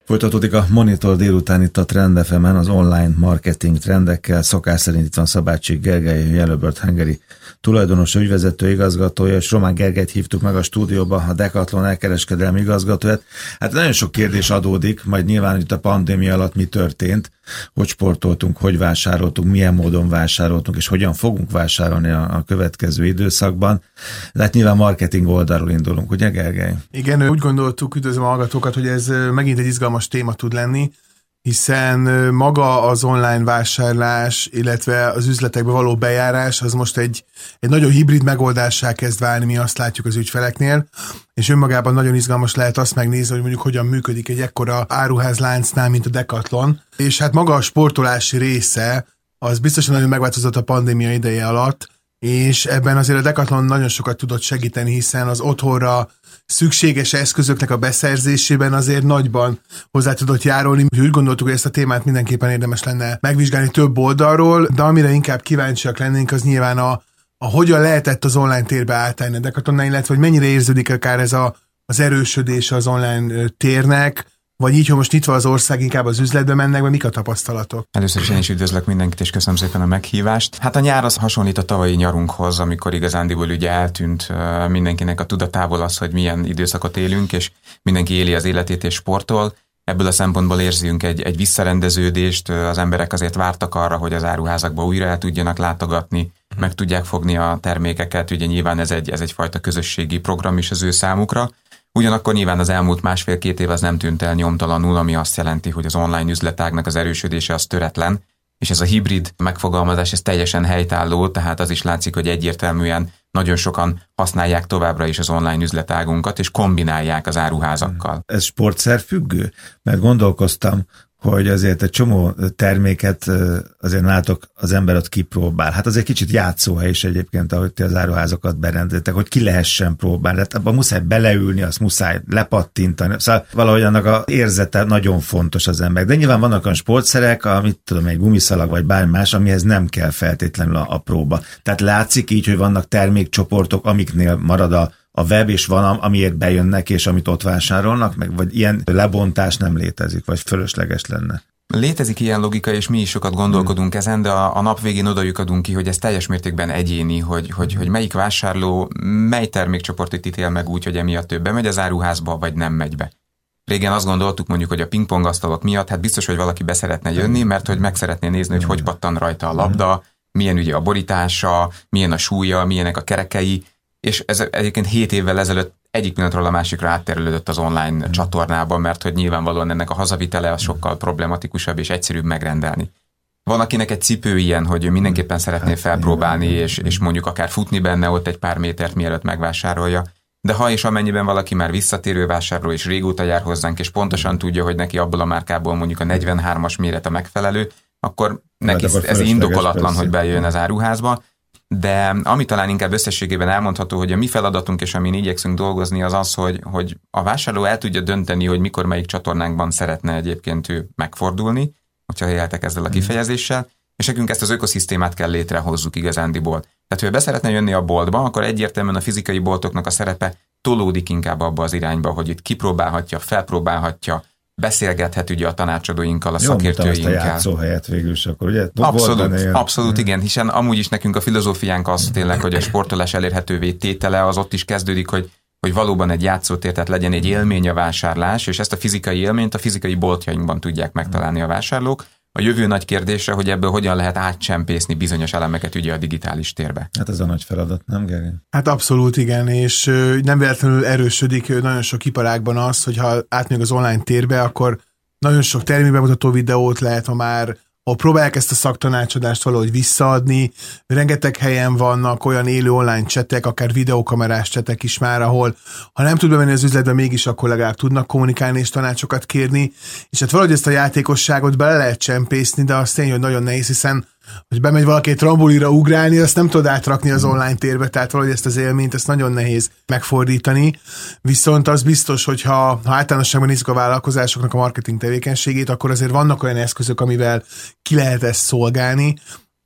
Folytatódik a Monitor délután itt a Trend FM-en az online marketing trendekkel. Szokás szerint itt van Szabácsik Gergely, Yellowbird Hungary tulajdonosa, ügyvezető igazgatója, és Román Gergelyt hívtuk meg a stúdióba, a Decathlon elkereskedelmi igazgatóját. Hát nagyon sok kérdés adódik, majd nyilván itt a pandémia alatt mi történt, hogy sportoltunk, hogy vásároltunk, milyen módon vásároltunk, és hogyan fogunk vásárolni a következő időszakban. De hát nyilván marketing oldalról indulunk, ugye Gergely? Igen, úgy gondoltuk, üdvözlöm a hallgatókat, hogy ez megint egy izgalmas téma tud lenni, hiszen maga az online vásárlás, illetve az üzletekbe való bejárás, az most egy nagyon hibrid megoldássá kezd válni, mi azt látjuk az ügyfeleknél, és önmagában nagyon izgalmas lehet azt megnézni, hogy mondjuk hogyan működik egy ekkora áruházláncnál, mint a Decathlon. És hát maga a sportolási része, az biztosan nagyon megváltozott a pandémia ideje alatt, és ebben azért a Decathlon nagyon sokat tudott segíteni, hiszen az otthonra szükséges eszközöknek a beszerzésében azért nagyban hozzá tudott járulni. Úgy gondoltuk, hogy ezt a témát mindenképpen érdemes lenne megvizsgálni több oldalról, de amire inkább kíváncsiak lennénk, az nyilván a hogyan lehetett az online térbe átállni a Decathlonnál, illetve hogy mennyire érződik akár ez az erősödés az online térnek, vagy így, hogy most nyitva az ország, inkább az üzletbe mennek, vagy mik a tapasztalatok? Először is én is üdvözlök mindenkit, és köszönöm szépen a meghívást. Hát a nyár az hasonlít a tavalyi nyarunkhoz, amikor igazándiból ugye eltűnt mindenkinek a tudatából az, hogy milyen időszakot élünk, és mindenki éli az életét és sportol. Ebből a szempontból érzünk egy visszarendeződést, az emberek azért vártak arra, hogy az áruházakba újra el tudjanak látogatni, meg tudják fogni a termékeket, ugye nyilván ez egyfajta közösségi program is az ő számukra. Ugyanakkor nyilván az elmúlt 1,5-2 év az nem tűnt el nyomtalanul, ami azt jelenti, hogy az online üzletágnak az erősödése az töretlen, és ez a hibrid megfogalmazás, ez teljesen helytálló, tehát az is látszik, hogy egyértelműen nagyon sokan használják továbbra is az online üzletágunkat, és kombinálják az áruházakkal. Ez sportszerfüggő? Mert gondolkoztam, hogy azért egy csomó terméket azért látok, az ember ott kipróbál. Hát az egy kicsit játszóhely is egyébként, ahogy ti az áruházakat berendeztek, hogy ki lehessen próbálni. Hát abban muszáj beleülni, azt muszáj lepattintani. Szóval valahogy annak az érzete nagyon fontos az ember. De nyilván vannak olyan sportszerek, amit tudom, egy gumiszalag vagy bármi más, amihez nem kell feltétlenül a próba. Tehát látszik így, hogy vannak termékcsoportok, amiknél marad a web, és van, amiért bejönnek, és amit ott vásárolnak, meg vagy ilyen lebontás nem létezik, vagy fölösleges lenne. Létezik ilyen logika, és mi is sokat gondolkodunk ezen, de a nap végén oda lyukadunk ki, hogy ez teljes mértékben egyéni, hogy melyik vásárló, mely termékcsoportot ítél meg úgy, hogy emiatt ő bemegy az áruházba, vagy nem megy be. Régen azt gondoltuk mondjuk, hogy a pingpongasztalok miatt, hát biztos, hogy valaki be szeretne jönni, mert hogy meg szeretné nézni, hogy pattan rajta a labda, milyen ugye a borítása, milyen a súlya, milyenek a kerekei, és ez egyébként 7 évvel ezelőtt egyik pillanatról a másikra átterülődött az online csatornába, mert hogy nyilvánvalóan ennek a hazavitele az sokkal problematikusabb és egyszerűbb megrendelni. Van, akinek egy cipő ilyen, hogy mindenképpen szeretné felpróbálni, és mondjuk akár futni benne ott egy pár métert, mielőtt megvásárolja. De ha és amennyiben valaki már visszatérő vásárló és régóta jár hozzánk, és pontosan tudja, hogy neki abból a márkából mondjuk a 43-as méret a megfelelő, akkor neki ez indokolatlan, hogy bejön az áruházba. De ami talán inkább összességében elmondható, hogy a mi feladatunk, és amin igyekszünk dolgozni, az az, hogy a vásárló el tudja dönteni, hogy mikor melyik csatornánkban szeretne egyébként ő megfordulni, hogyha éltek ezzel a kifejezéssel, és nekünk ezt az ökoszisztémát kell létrehozzuk igazándiból. Tehát, ha ő be szeretne jönni a boltba, akkor egyértelműen a fizikai boltoknak a szerepe tolódik inkább abba az irányba, hogy itt kipróbálhatja, felpróbálhatja, beszélgethet ugye a tanácsadóinkkal, a szakértőinkkel. Jó, a játszóhelyet végül is akkor, ugye? Abszolút, igen, hiszen amúgy is nekünk a filozófiánk az tényleg, hogy a sportolás elérhetővé tétele az ott is kezdődik, hogy valóban egy játszótér, tehát legyen egy élmény a vásárlás, és ezt a fizikai élményt a fizikai boltjainkban tudják megtalálni a vásárlók. A jövő nagy kérdése, hogy ebből hogyan lehet átcsempészni bizonyos elemeket ugye a digitális térbe. Hát ez a nagy feladat, nem Gergely? Hát abszolút igen, és nem véletlenül erősödik nagyon sok iparágban az, hogy ha átmegyünk az online térbe, akkor nagyon sok termékbemutató videót lehet ma már, ahol próbálják ezt a szaktanácsadást valahogy visszaadni. Rengeteg helyen vannak olyan élő online csetek, akár videókamerás csetek is már, ahol ha nem tud bemenni az üzletbe, mégis akkor legalább tudnak kommunikálni és tanácsokat kérni. És hát valahogy ezt a játékosságot bele lehet csempészni, de azt tényleg nagyon nehéz, hiszen hogy bemegy valaki egy trambolira ugrálni, azt nem tud átrakni az online térbe, tehát valahogy ezt az élményt, ezt nagyon nehéz megfordítani. Viszont az biztos, hogy ha általánosságban nézzük a vállalkozásoknak a marketing tevékenységét, akkor azért vannak olyan eszközök, amivel ki lehet ezt szolgálni,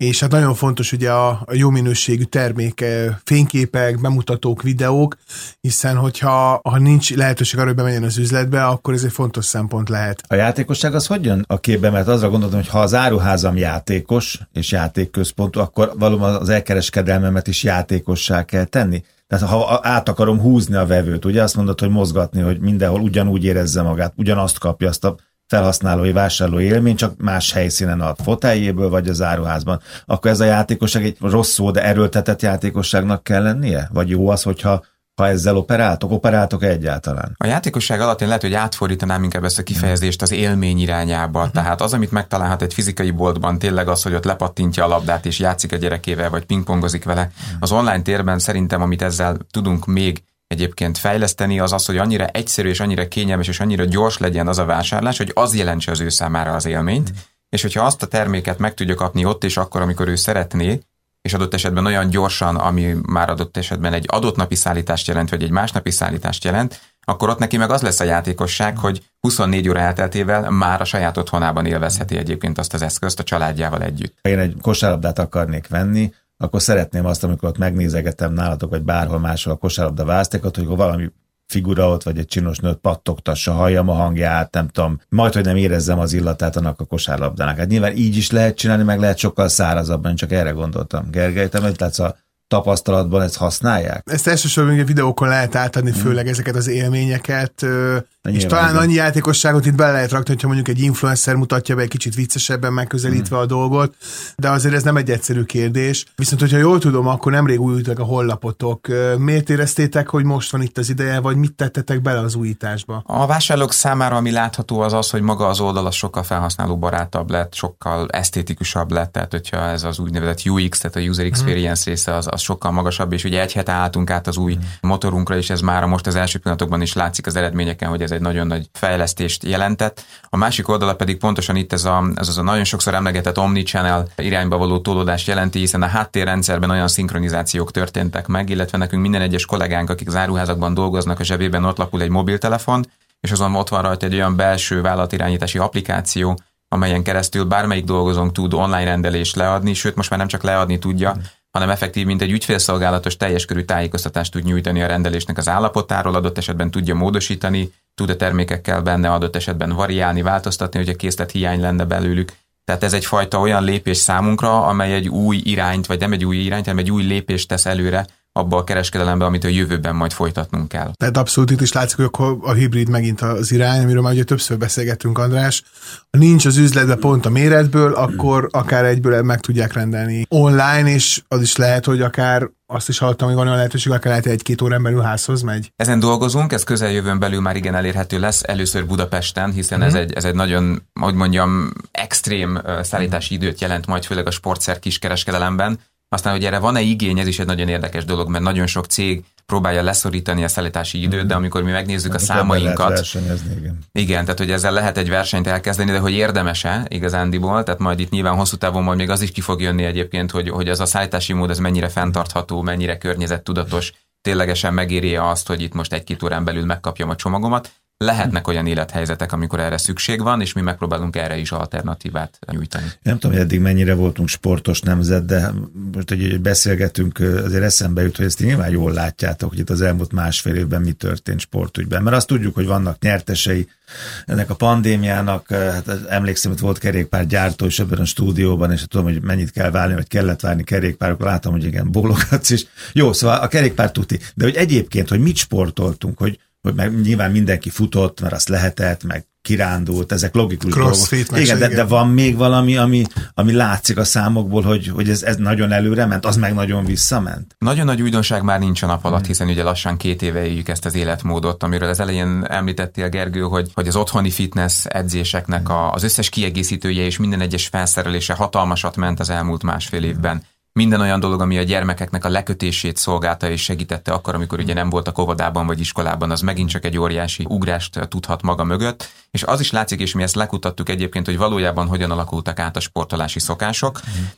és hát nagyon fontos ugye a jó minőségű termék, fényképek, bemutatók, videók, hiszen ha nincs lehetőség arra, hogy bemenjen az üzletbe, akkor ez egy fontos szempont lehet. A játékosság az hogy jön a képbe? Mert azra gondoltam, hogy ha az áruházam játékos és játékközpontú, akkor valóban az elkereskedelmemet is játékossá kell tenni. Tehát ha át akarom húzni a vevőt, ugye azt mondod, hogy mozgatni, hogy mindenhol ugyanúgy érezze magát, ugyanazt kapja, azt a felhasználói, vásárlói élmény, csak más helyszínen a foteljéből vagy az áruházban. Akkor ez a játékosság egy rossz szó, de erőltetett játékosságnak kell lennie? Vagy jó az, hogyha ezzel operáltok egyáltalán? A játékosság alatt én lehet, hogy átfordítanám inkább ezt a kifejezést az élmény irányába. Tehát az, amit megtalálhat egy fizikai boltban, tényleg az, hogy ott lepattintja a labdát és játszik a gyerekével, vagy pingpongozik vele. Az online térben szerintem, amit ezzel tudunk még egyébként fejleszteni, az az, hogy annyira egyszerű és annyira kényelmes és annyira gyors legyen az a vásárlás, hogy az jelentse az ő számára az élményt, és hogyha azt a terméket meg tudja kapni ott és akkor, amikor ő szeretné, és adott esetben olyan gyorsan, ami már adott esetben egy adott napi szállítást jelent, vagy egy másnapi szállítást jelent, akkor ott neki meg az lesz a játékosság, hogy 24 óra elteltével már a saját otthonában élvezheti egyébként azt az eszközt a családjával együtt. Ha én egy kosárlabdát akarnék venni, akkor szeretném azt, amikor ott megnézegetem nálatok, vagy bárhol máshol a kosárlabda választékot, hogy valami figura ott, vagy egy csinos nőt pattogtassa, halljam a hangját, nem tudom, majd, hogy nem érezzem az illatát annak a kosárlabdának. Hát nyilván így is lehet csinálni, meg lehet sokkal szárazabban, csak erre gondoltam. Gergely, te mit látsz a tapasztalatban, ezt használják? Ezt elsősorban a videókon lehet átadni, főleg ezeket az élményeket, és talán annyi játékosságot itt bele lehet rakni, hogyha mondjuk egy influencer mutatja be egy kicsit viccesebben megközelítve a dolgot, de azért ez nem egy egyszerű kérdés. Viszont, hogyha jól tudom, akkor nemrég újultak a honlapotok. Miért éreztétek, hogy most van itt az ideje, vagy mit tettetek bele az újításba? A vásárlók számára, ami látható, az az, hogy maga az oldal az sokkal felhasználóbarátabb lett, sokkal esztétikusabb lett, tehát hogyha ez az úgynevezett UX, tehát a User Experience része az sokkal magasabb, és ugye egy hete álltunk át az új motorunkra, és ez már most az első pillanatokban is látszik az eredményeken, hogy ez egy nagyon nagy fejlesztést jelentett. A másik oldala pedig pontosan itt ez a nagyon sokszor emlegetett omnichannel irányba való tolódást jelenti, hiszen a háttérrendszerben olyan szinkronizációk történtek meg, illetve nekünk minden egyes kollégánk, akik az áruházakban dolgoznak, a zsebében ott lapul egy mobiltelefon, és azon ott van rajta egy olyan belső vállalatirányítási applikáció, amelyen keresztül bármelyik dolgozónk tud online rendelést leadni, sőt most már nem csak leadni tudja, hanem effektív, mint egy ügyfélszolgálatos teljes körű tájékoztatást tud nyújtani a rendelésnek az állapotáról, adott esetben tudja módosítani, tud a termékekkel benne adott esetben variálni, változtatni, hogy a készlet hiány lenne belőlük. Tehát ez egyfajta olyan lépés számunkra, amely egy új irányt, vagy nem egy új irányt, hanem egy új lépést tesz előre abba a kereskedelembe, amit a jövőben majd folytatnunk kell. Tehát abszolút itt is látszik, hogy akkor a hibrid megint az irány, amiről már ugye többször beszélgettünk, András. Ha nincs az üzletben pont a méretből, akkor akár egyből meg tudják rendelni online, és az is lehet, hogy akár azt is hallottam, hogy van olyan lehetőség, akár lehet, hogy 1-2 órán belül házhoz megy. Ezen dolgozunk, ez közeljövőn belül már igen elérhető lesz, először Budapesten, hiszen ez egy nagyon, hogy mondjam, extrém szállítási időt jelent majd, főleg a sportszer kiskereskedelemben. Aztán, hogy erre van-e igény, ez is egy nagyon érdekes dolog, mert nagyon sok cég próbálja leszorítani a szállítási időt, de amikor mi megnézzük a számainkat. Igen, tehát hogy ezzel lehet egy versenyt elkezdeni, de hogy érdemes-e igazándiból, tehát majd itt nyilván hosszú távon majd még az is ki fog jönni egyébként, hogy az a szállítási mód ez mennyire fenntartható, mennyire környezettudatos, ténylegesen megéri azt, hogy itt most 1-2 órán belül megkapjam a csomagomat. Lehetnek olyan élethelyzetek, amikor erre szükség van, és mi megpróbálunk erre is alternatívát nyújtani. Nem tudom, hogy eddig mennyire voltunk sportos nemzet, de most, hogy beszélgetünk, azért eszembe jut, hogy ezt nyilván jól látjátok, hogy itt az elmúlt másfél évben mi történt sportügyben. Mert azt tudjuk, hogy vannak nyertesei ennek a pandémiának. Hát emlékszem, hogy volt kerékpárgyártó is ebben a stúdióban, és tudom, hogy mennyit kell várni, vagy kellett várni kerékpárokra. Látom, hogy igen, bólogatsz is. Jó, szóval a kerékpár tuti. De hogy egyébként, hogy mit sportoltunk, hogy meg nyilván mindenki futott, mert azt lehetett, meg kirándult, ezek logikus Crossfit, dolgok. Igen, de van még valami, ami látszik a számokból, hogy ez nagyon előre ment, az meg nagyon visszament? Nagyon nagy újdonság már nincs a nap alatt, hiszen ugye lassan 2 éve éljük ezt az életmódot, amiről az elején említettél, Gergő, hogy az otthoni fitness edzéseknek az összes kiegészítője és minden egyes felszerelése hatalmasat ment az elmúlt másfél évben. Minden olyan dolog, ami a gyermekeknek a lekötését szolgálta és segítette akkor, amikor ugye nem voltak óvodában vagy iskolában, az megint csak egy óriási ugrást tudhat maga mögött. És az is látszik, és mi ezt lekutattuk egyébként, hogy valójában hogyan alakultak át a sportolási szokások,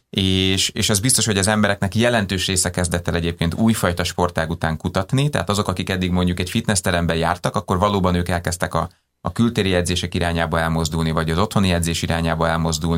és az biztos, hogy az embereknek jelentős része kezdett el egyébként újfajta sportág után kutatni, tehát azok, akik eddig mondjuk egy fitnessteremben jártak, akkor valóban ők elkezdtek a kültéri edzések irányába elmozdulni, vagy az otthoni edzés irányába elmozdulni.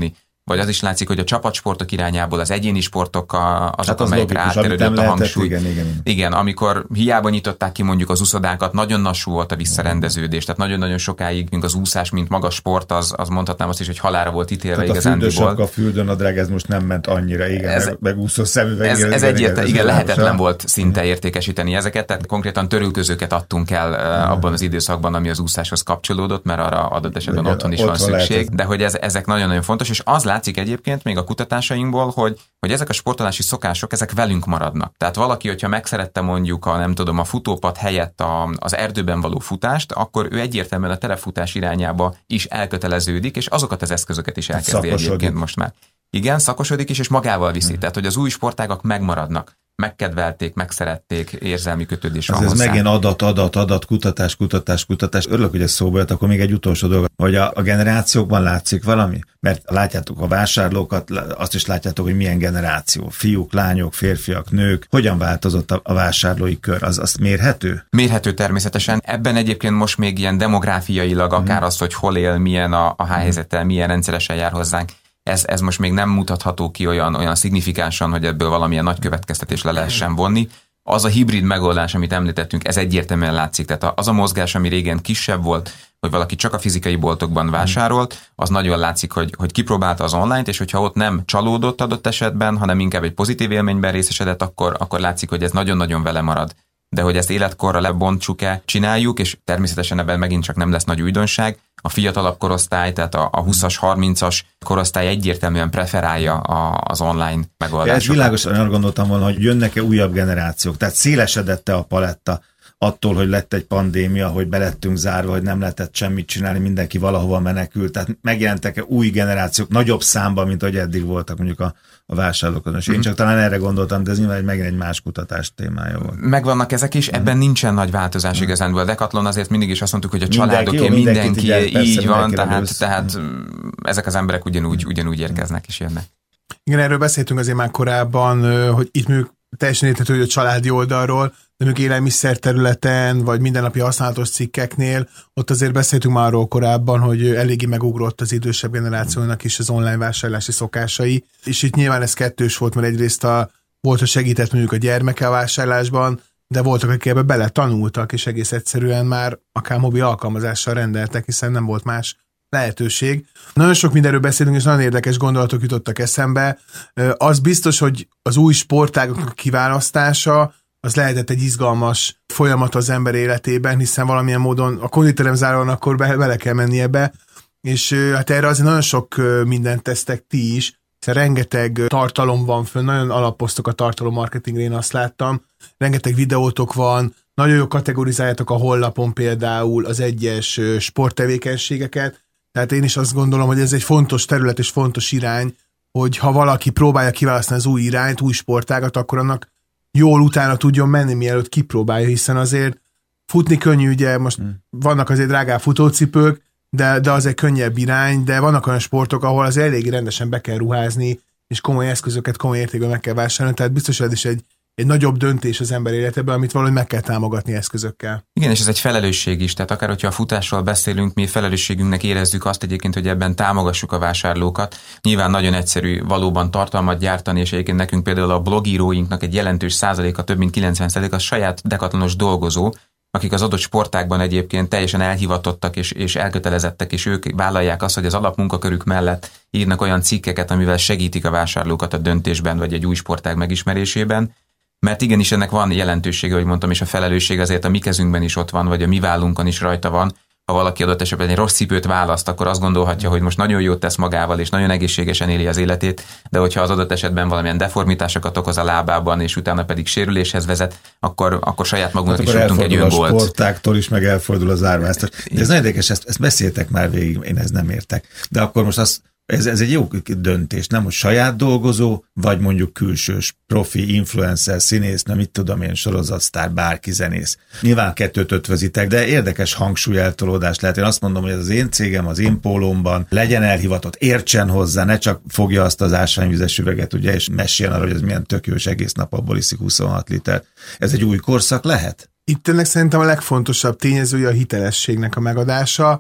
vagy az is látszik, hogy a csapatsportok irányából az egyéni sportok azok, hát az amelyekre átterődött a hangsúly. Igen, amikor hiába nyitották ki mondjuk az úszodákat, nagyon lassú volt a visszarendeződés, tehát nagyon-nagyon sokáig, mint az úszás, mint maga sport, az mondhatnám azt is, hogy halálra volt ítélve igazándiból. Tehát a fürdősapka, fürdőnadrág, ez most nem ment annyira, igen, meg úszó szemüveg. Ez egyértelműen, igen, lehetetlen volt szinte értékesíteni ezeket, tehát konkrétan törülközőket adtunk el abban az időszakban, ami az úszáshoz kapcsolódott, mert arra adott esetben otthon is van szükség, de hogy ezek nagyon-nagyon fontos, és az látszik egyébként még a kutatásainkból, hogy ezek a sportolási szokások, ezek velünk maradnak. Tehát valaki, hogyha megszerette mondjuk a futópad helyett az erdőben való futást, akkor ő egyértelműen a telefutás irányába is elköteleződik, és azokat az eszközöket is elkezdi egyébként most már. Igen, szakosodik is, és magával viszi. Tehát, hogy az új sportágak megmaradnak. Megkedvelték, megszerették, érzelmi kötődés van hozzá. Ez megint adat, kutatás. Örülök, hogy ez szóba jött, akkor még egy utolsó dolog, hogy a generációkban látszik valami? Mert látjátok a vásárlókat, azt is látjátok, hogy milyen generáció. Fiúk, lányok, férfiak, nők. Hogyan változott a vásárlói kör? Az mérhető? Mérhető természetesen. Ebben egyébként most még ilyen demográfiailag, akár az, hogy hol él, milyen a helyzete, milyen rendszeresen jár hozzánk. Ez most még nem mutatható ki olyan szignifikánsan, hogy ebből valamilyen nagy következtetés le lehessen vonni. Az a hibrid megoldás, amit említettünk, ez egyértelműen látszik. Tehát az a mozgás, ami régen kisebb volt, hogy valaki csak a fizikai boltokban vásárolt, az nagyon látszik, hogy kipróbálta az online-t, és hogyha ott nem csalódott adott esetben, hanem inkább egy pozitív élményben részesedett, akkor látszik, hogy ez nagyon-nagyon vele marad. De hogy ezt életkorra lebontsuk-e, csináljuk, és természetesen ebben megint csak nem lesz nagy újdonság. A fiatalabb korosztály, tehát a 20-as, 30-as korosztály egyértelműen preferálja az online megoldásokat. Ez világosan arra gondoltam volna, hogy jönnek-e újabb generációk, tehát szélesedett-e a paletta attól, hogy lett egy pandémia, hogy belettünk zárva, hogy nem lehetett semmit csinálni, mindenki valahova menekült, tehát megjelentek-e új generációk nagyobb számban, mint ahogy eddig voltak mondjuk a vásárlókon. És én csak talán erre gondoltam, de ez nyilván megint egy más kutatás témája volt. Megvannak ezek is, ebben nincsen nagy változás igazán. A Decathlon azért mindig is azt mondtuk, hogy a családoké mindenki így van, tehát ezek az emberek ugyanúgy érkeznek és jönnek. Igen, erről beszéltünk azért már korábban, hogy itt mondjuk teljesen érthető, hogy a családi oldalról, de mondjuk élelmiszer területen, vagy mindennapi használatos cikkeknél, ott azért beszéltünk már arról korábban, hogy eléggé megugrott az idősebb generációnak is az online vásárlási szokásai, és itt nyilván ez kettős volt, mert egyrészt volt, hogy segített mondjuk a gyermeke a vásárlásban, de voltak, akik ebbe bele tanultak, és egész egyszerűen már akár mobil alkalmazással rendeltek, hiszen nem volt más lehetőség. Nagyon sok mindenről beszélünk, és nagyon érdekes gondolatok jutottak eszembe. Az biztos, hogy az új sportágoknak a kiválasztása az lehetett egy izgalmas folyamat az ember életében, hiszen valamilyen módon a konditerem záron akkor bele kell menni ebbe, és hát erre azért nagyon sok mindent tesztek ti is, hiszen rengeteg tartalom van fönn, nagyon alapoztok a tartalommarketingre, én azt láttam, rengeteg videótok van, nagyon jó kategorizáljátok a honlapon például az egyes sporttevékenységeket, tehát én is azt gondolom, hogy ez egy fontos terület és fontos irány, hogy ha valaki próbálja kiválasztani az új irányt, új sportágat, akkor annak jól utána tudjon menni, mielőtt kipróbálja, hiszen azért futni könnyű, ugye most vannak azért drágább futócipők, de az egy könnyebb irány, de vannak olyan sportok, ahol az elég rendesen be kell ruházni, és komoly eszközöket, komoly értékben meg kell vásárolni, tehát biztos, hogy ez is egy nagyobb döntés az ember életében, amit valahogy meg kell támogatni eszközökkel. Igen, és ez egy felelősség is, tehát akár hogyha a futásról beszélünk, mi felelősségünknek érezzük azt egyébként, hogy ebben támogassuk a vásárlókat. Nyilván nagyon egyszerű valóban tartalmat gyártani, és egyébként nekünk például a blogíróinknak egy jelentős százaléka, több mint 90% az saját Decathlonos dolgozó, akik az adott sportákban egyébként teljesen elhivatottak és elkötelezettek, és ők vállalják azt, hogy az alapmunkakörük mellett írnak olyan cikkeket, amivel segítik a vásárlókat a döntésben, vagy egy új sportág megismerésében. Mert igenis ennek van jelentősége, hogy mondtam, és a felelősség azért a mi kezünkben is ott van, vagy a mi vállunkon is rajta van. Ha valaki adott esetben egy rossz cipőt választ, akkor azt gondolhatja, hogy most nagyon jót tesz magával, és nagyon egészségesen éli az életét, de hogyha az adott esetben valamilyen deformitásokat okoz a lábában, és utána pedig sérüléshez vezet, akkor saját magunknak is tudtunk egy öngolt. A sportáktól is, meg elfordul az árvásztás. De ez nagyon érdekes, ezt beszéltek már végig, én ezt nem értek. De akkor most ez egy jó döntés, nem, hogy saját dolgozó, vagy mondjuk külsős, profi, influencer, színész, nem mit tudom én, sorozatsztár, bárki zenész. Nyilván kettőt ötvözitek, de érdekes hangsúlyeltolódás lehet. Én azt mondom, hogy ez az én cégem, az én pólómban legyen elhivatott, értsen hozzá, ne csak fogja azt az ásványvizes üveget, ugye, és meséljen arra, hogy ez milyen tök jó, és egész nap abból iszik 26 litert. Ez egy új korszak lehet? Itt ennek szerintem a legfontosabb tényezője a hitelességnek a megadása,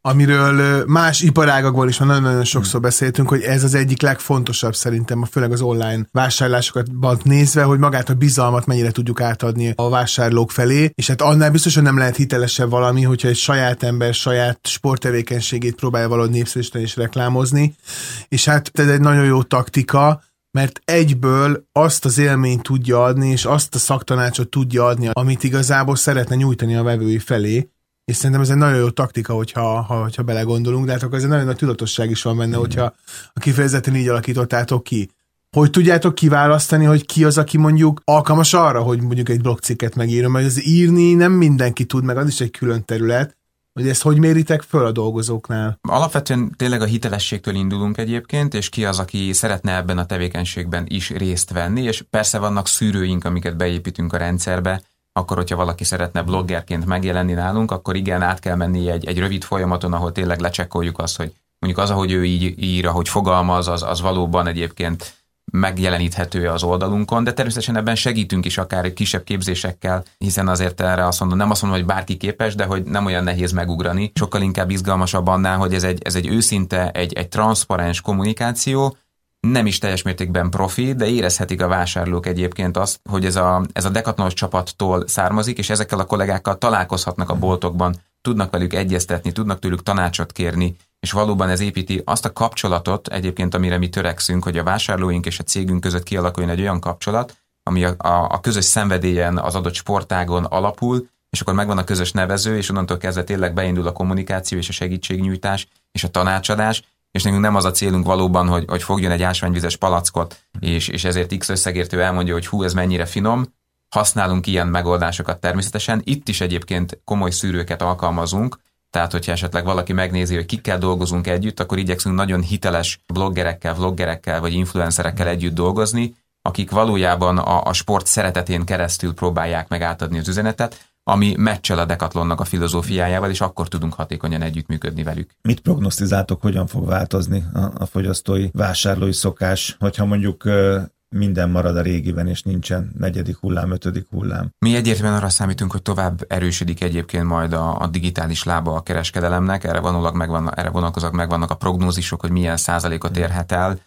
amiről más iparágakban is nagyon-nagyon sokszor beszéltünk, hogy ez az egyik legfontosabb szerintem, főleg az online vásárlásokat nézve, hogy magát a bizalmat mennyire tudjuk átadni a vásárlók felé, és hát annál biztosan nem lehet hitelesebb valami, hogyha egy saját ember saját sporttevékenységét próbálja valahogy népszerűsíteni és reklámozni, és hát ez egy nagyon jó taktika, mert egyből azt az élményt tudja adni, és azt a szaktanácsot tudja adni, amit igazából szeretne nyújtani a vevői felé, és szerintem ez egy nagyon jó taktika, hogyha belegondolunk, de hát akkor ez egy nagyon nagy tudatosság is van benne, hogyha a kifejezetten így alakítottátok ki. Hogy tudjátok kiválasztani, hogy ki az, aki mondjuk alkalmas arra, hogy mondjuk egy blogcikket megírom, mert az írni nem mindenki tud, meg az is egy külön terület, hogy ezt hogy méritek föl a dolgozóknál? Alapvetően tényleg a hitelességtől indulunk egyébként, és ki az, aki szeretne ebben a tevékenységben is részt venni, és persze vannak szűrőink, amiket beépítünk a rendszerbe, akkor, hogyha valaki szeretne bloggerként megjelenni nálunk, akkor igen, át kell menni egy rövid folyamaton, ahol tényleg lecsekkoljuk azt, hogy mondjuk az, ahogy ő így ír, ahogy fogalmaz, az valóban egyébként megjeleníthető az oldalunkon, de természetesen ebben segítünk is akár egy kisebb képzésekkel, hiszen azért erre azt mondom, nem azt mondom, hogy bárki képes, de hogy nem olyan nehéz megugrani. Sokkal inkább izgalmasabb annál, hogy ez egy őszinte, egy transzparens kommunikáció, nem is teljes mértékben profi, de érezhetik a vásárlók egyébként azt, hogy ez a Decathlon csapattól származik, és ezekkel a kollégákkal találkozhatnak a boltokban, tudnak velük egyeztetni, tudnak tőlük tanácsot kérni, és valóban ez építi azt a kapcsolatot egyébként, amire mi törekszünk, hogy a vásárlóink és a cégünk között kialakuljon egy olyan kapcsolat, ami a közös szenvedélyen az adott sportágon alapul, és akkor megvan a közös nevező, és onnantól kezdve tényleg beindul a kommunikáció és a segítségnyújtás és a tanácsadás, és nekünk nem az a célunk valóban, hogy fogjon egy ásványvizes palackot, és ezért X összegértő elmondja, hogy hú, ez mennyire finom. Használunk ilyen megoldásokat természetesen. Itt is egyébként komoly szűrőket alkalmazunk, tehát hogyha esetleg valaki megnézi, hogy kikkel dolgozunk együtt, akkor igyekszünk nagyon hiteles bloggerekkel, vloggerekkel vagy influencerekkel együtt dolgozni, akik valójában a sport szeretetén keresztül próbálják meg átadni az üzenetet, ami meccsel a Decathlonnak a filozófiájával, és akkor tudunk hatékonyan együttműködni velük. Mit prognosztizáltok, hogyan fog változni a fogyasztói, vásárlói szokás, hogyha mondjuk minden marad a régiben, és nincsen 4. hullám, 5. hullám? Mi egyértelműen arra számítunk, hogy tovább erősödik egyébként majd a digitális lába a kereskedelemnek, erre vonatkozóak megvannak a prognózisok, hogy milyen százalékot érhet el.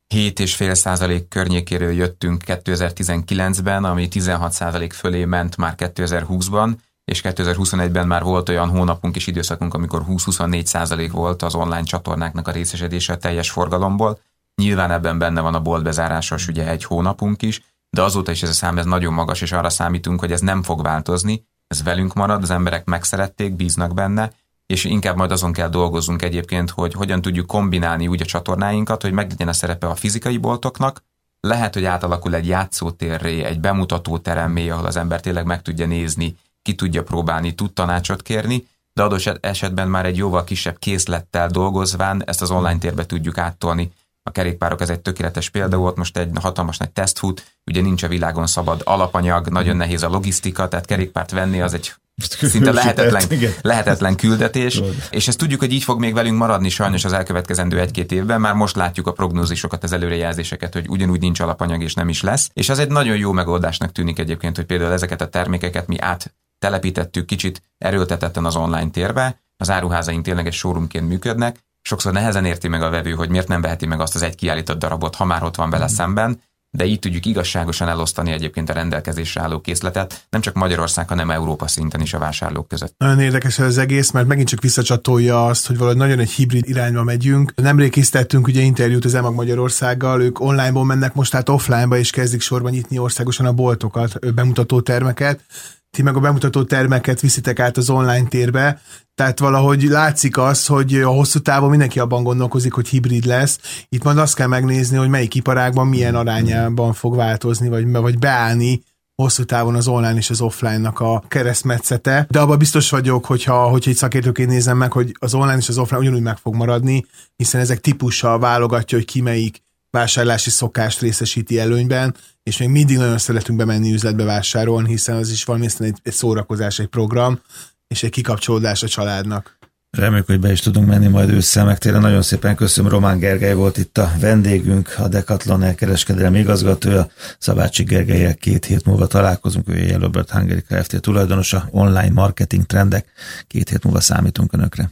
7,5% környékéről jöttünk 2019-ben, ami 16% fölé ment már 2020-ban, és 2021-ben már volt olyan hónapunk és időszakunk, amikor 20-24% volt az online csatornáknak a részesedése a teljes forgalomból. Nyilván ebben benne van a boltbezárásos ugye egy hónapunk is, de azóta is ez a szám ez nagyon magas, és arra számítunk, hogy ez nem fog változni, ez velünk marad, az emberek megszerették, bíznak benne, és inkább majd azon kell dolgozzunk egyébként, hogy hogyan tudjuk kombinálni úgy a csatornáinkat, hogy meglegyen a szerepe a fizikai boltoknak, lehet, hogy átalakul egy játszótérré, egy bemutatóteremmé, ahol az ember tényleg meg tudja nézni, ki tudja próbálni, tud tanácsot kérni, de adott esetben már egy jóval kisebb készlettel dolgozván ezt az online térbe tudjuk áttolni. A kerékpárok ez egy tökéletes példa volt, most egy hatalmas nagy teszt fut, ugye nincs a világon szabad alapanyag, nagyon nehéz a logisztika, tehát kerékpárt venni az egy szinte lehetetlen küldetés, és ezt tudjuk, hogy így fog még velünk maradni sajnos az elkövetkezendő 1-2 évben, már most látjuk a prognózisokat, az előrejelzéseket, hogy ugyanúgy nincs alapanyag és nem is lesz, és az egy nagyon jó megoldásnak tűnik egyébként, hogy például ezeket a termékeket mi áttelepítettük kicsit erőltetetten az online térbe, az áruházaink tényleg egy showroomként működnek, sokszor nehezen érti meg a vevő, hogy miért nem veheti meg azt az egy kiállított darabot, ha már ott van vele szemben, de így tudjuk igazságosan elosztani egyébként a rendelkezésre álló készletet, nem csak Magyarország, hanem Európa szinten is a vásárlók között. Nagyon érdekes ez az egész, mert megint csak visszacsatolja azt, hogy valahogy nagyon egy hibrid irányba megyünk. Nemrég készítettünk ugye interjút az EMAG Magyarországgal, ők onlineból mennek most át offline-ba, és kezdik sorban nyitni országosan a boltokat, bemutató termeket. Ti meg a bemutató termeket viszitek át az online térbe, tehát valahogy látszik az, hogy a hosszú távon mindenki abban gondolkozik, hogy hibrid lesz. Itt majd azt kell megnézni, hogy melyik iparágban milyen arányában fog változni, vagy beállni hosszú távon az online és az offline-nak a keresztmetszete. De abban biztos vagyok, hogyha egy szakértőként nézem meg, hogy az online és az offline ugyanúgy meg fog maradni, hiszen ezek típussal válogatja, hogy ki melyik vásárlási szokást részesíti előnyben, és még mindig nagyon szeretünk bemenni üzletbe vásárolni, hiszen az is valami egy szórakozás, egy program, és egy kikapcsolódás a családnak. Reméljük, hogy be is tudunk menni majd ősszel, meg tényleg nagyon szépen köszönöm. Román Gergely volt itt a vendégünk, a Decathlon elkereskedelmi igazgatója. Szabácsi Gergellyel 2 hét múlva találkozunk, ő Yellowbird Hungary Kft. Tulajdonosa, online marketing trendek. 2 hét múlva számítunk Önökre.